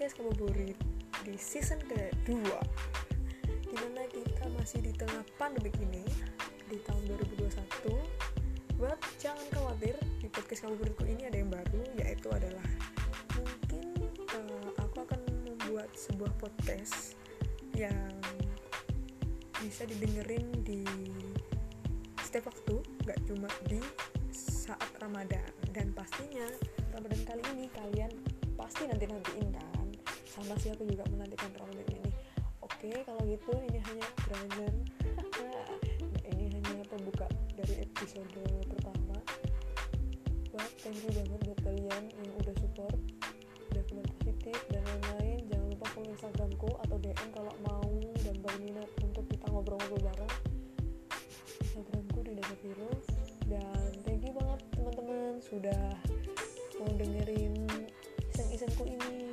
podcast Ngabuburit di season kedua, dimana kita masih di tengah pandemi ini di tahun 2021. But jangan khawatir, di podcast Ngabuburitku ini ada yang baru, yaitu adalah mungkin aku akan membuat sebuah podcast yang bisa didengerin di setiap waktu, gak cuma di saat Ramadan. Dan pastinya Ramadan kali ini kalian pasti nanti-nantiin kan, sama sih aku juga menantikan Ramadan ini. Oke, kalau gitu ini hanya trailer ini hanya pembuka dari episode pertama. But thank you banget buat kalian yang udah support, udah komen positif dan lain-lain. Jangan lupa follow Instagramku atau DM kalau mau dan berminat untuk kita ngobrol-ngobrol bareng. Instagramku di Dada Virus. Dan thank you banget teman-teman sudah mau dengerin iseng-isengku ini.